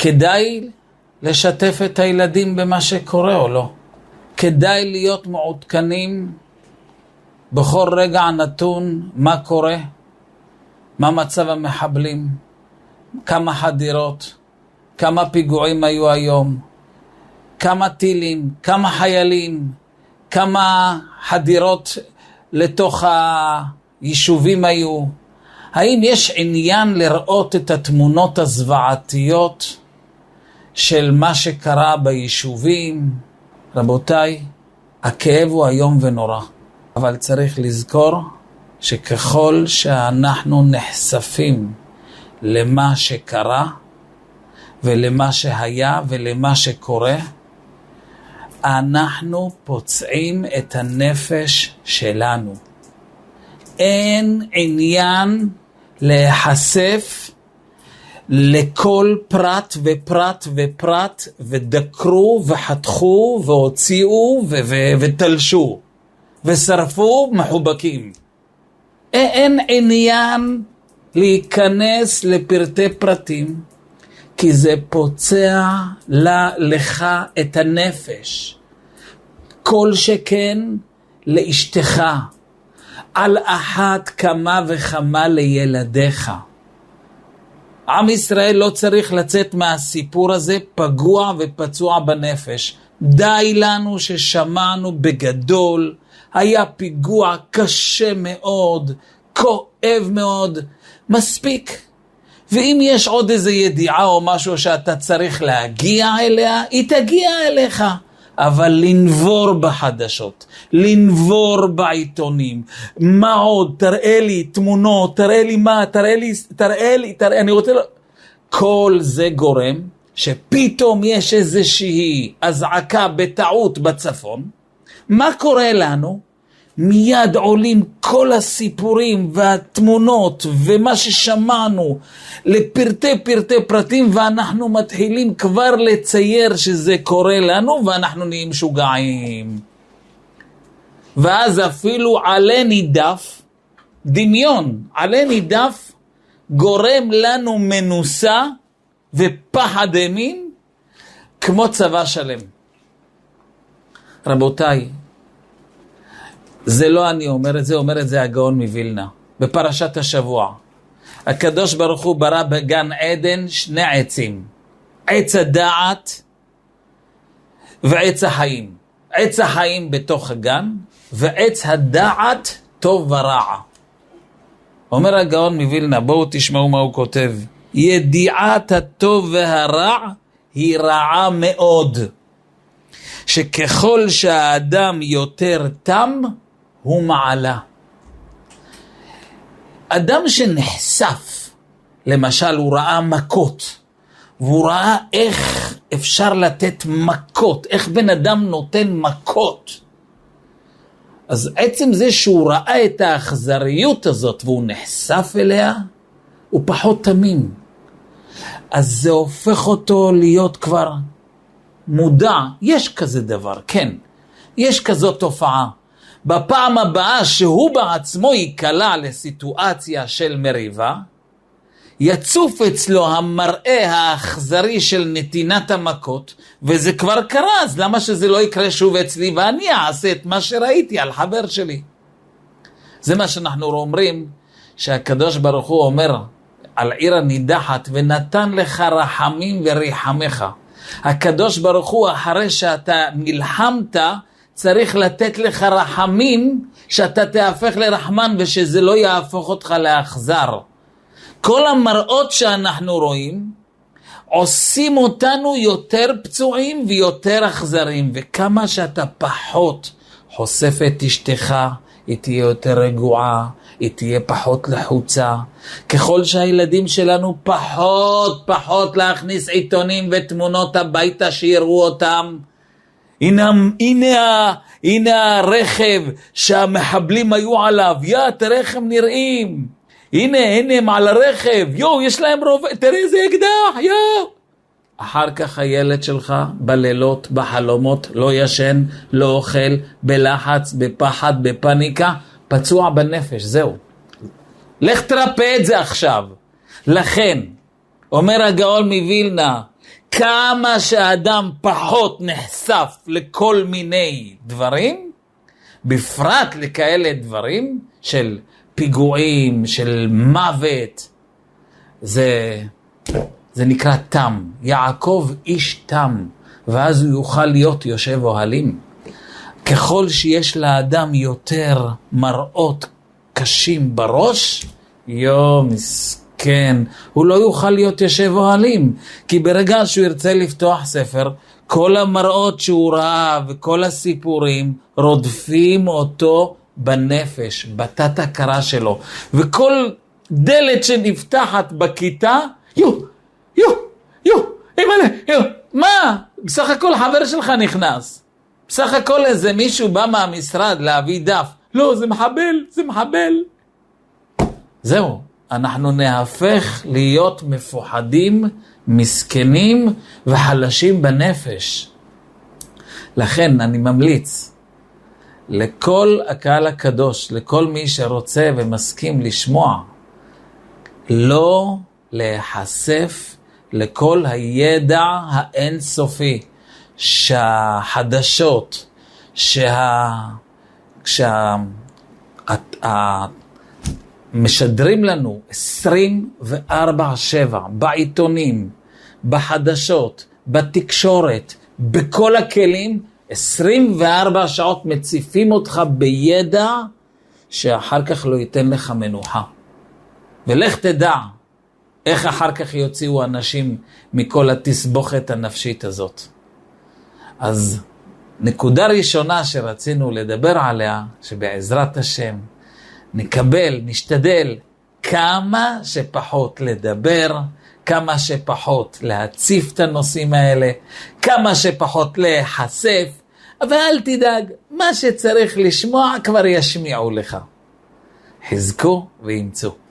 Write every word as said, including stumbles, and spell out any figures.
כדאי לשתף את הילדים במה שקורה או לא? כדאי להיות מעודכנים בכל רגע נתון מה קורה, מה מצב המחבלים, כמה חדירות, כמה פיגועים היו היום, כמה טילים, כמה חיילים, כמה חדירות לתוך היישובים היו. האם יש עניין לראות את התמונות הזוועתיות של מה שקרה ביישובים? רבותיי, הכאב הוא היום ונורא, אבל צריך לזכור שככל שאנחנו נחשפים למה שקרה ולמה שהיה ולמה שקורה, אנחנו פוצעים את הנפש שלנו. אין עניין להיחשף לכל פרט ופרט ופרט, ודקרו וחתכו והוציאו ו- ו- ותלשו ושרפו מחובקים. אין עניין להיכנס לפרטי פרטים, כי זה פוצע לה, לך את הנפש. כל שכן לאשתך, על אחת כמה וכמה לילדיך. עם ישראל לא צריך לצאת מהסיפור הזה פגוע ופצוע בנפש. די לנו ששמענו בגדול, היה פיגוע קשה מאוד, כואב מאוד, מספיק. ואם יש עוד איזו ידיעה או משהו שאתה צריך להגיע אליה, היא תגיע אליך. אבל לנבור בחדשות, לנבור בעיתונים, מה עוד? תראה לי תמונות, תראה לי מה, תראה לי, תראה לי, תראה, אני רוצה... כל זה גורם שפתאום יש איזושהי הזעקה בטעות בצפון. מה קורה לנו? מיד עולים כל הסיפורים והתמונות ומה ששמענו לפרטי פרטי פרטים, ואנחנו מתחילים כבר לצייר שזה קורה לנו, ואנחנו נהיים משוגעים. ואז אפילו עלה נידף, דמיון, עלה נידף גורם לנו מנוסה ופחד אימים כמו צבא שלם. רבותיי, זה לא אני אומר את זה, אומר את זה הגאון מווילנה. בפרשת השבוע, הקדוש ברוך הוא ברא בגן עדן שני עצים. עץ הדעת ועץ החיים. עץ החיים בתוך הגן, ועץ הדעת טוב ורע. אומר הגאון מווילנה, בואו תשמעו מה הוא כותב. ידיעת הטוב והרע היא רעה מאוד. שככל שהאדם יותר תם, הוא מעלה. אדם שנחשף, למשל הוא ראה מכות, והוא ראה איך אפשר לתת מכות, איך בן אדם נותן מכות. אז עצם זה שהוא ראה את האכזריות הזאת והוא נחשף אליה, הוא פחות תמים. אז זה הופך אותו להיות כבר מודע. יש כזה דבר, כן. יש כזאת תופעה. בפעם הבאה שהוא בעצמו יקלע לסיטואציה של מריבה, יצוף אצלו המראה האכזרי של נתינת המכות, וזה כבר קרה, אז למה שזה לא יקרה שוב אצלי, ואני אעשה את מה שראיתי על חבר שלי. זה מה שאנחנו אומרים, שהקדוש ברוך הוא אומר על עיר הנידחת, ונתן לך רחמים וריחמך. הקדוש ברוך הוא אחרי שאתה נלחמת, צריך לתת לך רחמים, שאתה תהפך לרחמן, ושזה לא יהפוך אותך לאכזר. כל המראות שאנחנו רואים, עושים אותנו יותר פצועים ויותר אכזרים, וכמה שאתה פחות חושף את אשתך, היא תהיה יותר רגועה, היא תהיה פחות לחוצה. ככל שהילדים שלנו פחות פחות להכניס עיתונים ותמונות הביתה שיראו אותם, הנה, הנה, הנה הרכב שהמחבלים היו עליו, יא, תראה איך הם נראים, הנה, הנה הם על הרכב, יו, יש להם רוב, תראה איזה אקדח, יו. אחר כך הילד שלך בלילות, בחלומות, לא ישן, לא אוכל, בלחץ, בפחד, בפניקה, פצוע בנפש, זהו. לך תרפא את זה עכשיו. לכן, אומר הגאון מווילנה, כמה שהאדם פחות נחשף לכל מיני דברים, בפרט לכאלה דברים של פיגועים, של מוות, זה, זה נקרא תם. יעקב איש תם, ואז הוא יוכל להיות יושב אוהלים. ככל שיש לאדם יותר מראות קשים בראש, יו מסכן, הוא לא יוכל להיות יושב אוהלים, כי ברגע שהוא ירצה לפתוח ספר, כל המראות שהוא ראה וכל הסיפורים רודפים אותו בנפש, בתת הכרה שלו, וכל דלת שנפתחת בכיתה, יו, יו, יו, אימא'לה, יו, מה? בסך הכל חבר שלך נכנס, בסך הכל איזה מישהו בא מהמשרד להביא דף, לא, זה מחבל, זה מחבל. זהו, אנחנו נהפך להיות מפוחדים, מסכנים וחלשים בנפש. לכן אני ממליץ לכל הקהל הקדוש, לכל מי שרוצה ומסכים לשמוע, לא להיחשף לכל הידע האינסופי, שהחדשות, שה... שה... משדרים לנו עשרים וארבע שבע בעיתונים, בחדשות, בתקשורת, בכל הכלים, עשרים וארבע שעות מציפים אותך בידע שאחר כך לא ייתן לך מנוחה. ולך תדע איך אחר כך יוציאו אנשים מכל התסבוכת הנפשית הזאת. אז נקודה ראשונה שרצינו לדבר עליה, שבעזרת השם נקבל, נשתדל כמה שפחות לדבר, כמה שפחות להציף את הנושאים האלה, כמה שפחות להיחשף, אבל אל תדאג, מה שצריך לשמוע כבר ישמיעו לך. חזקו וימצאו.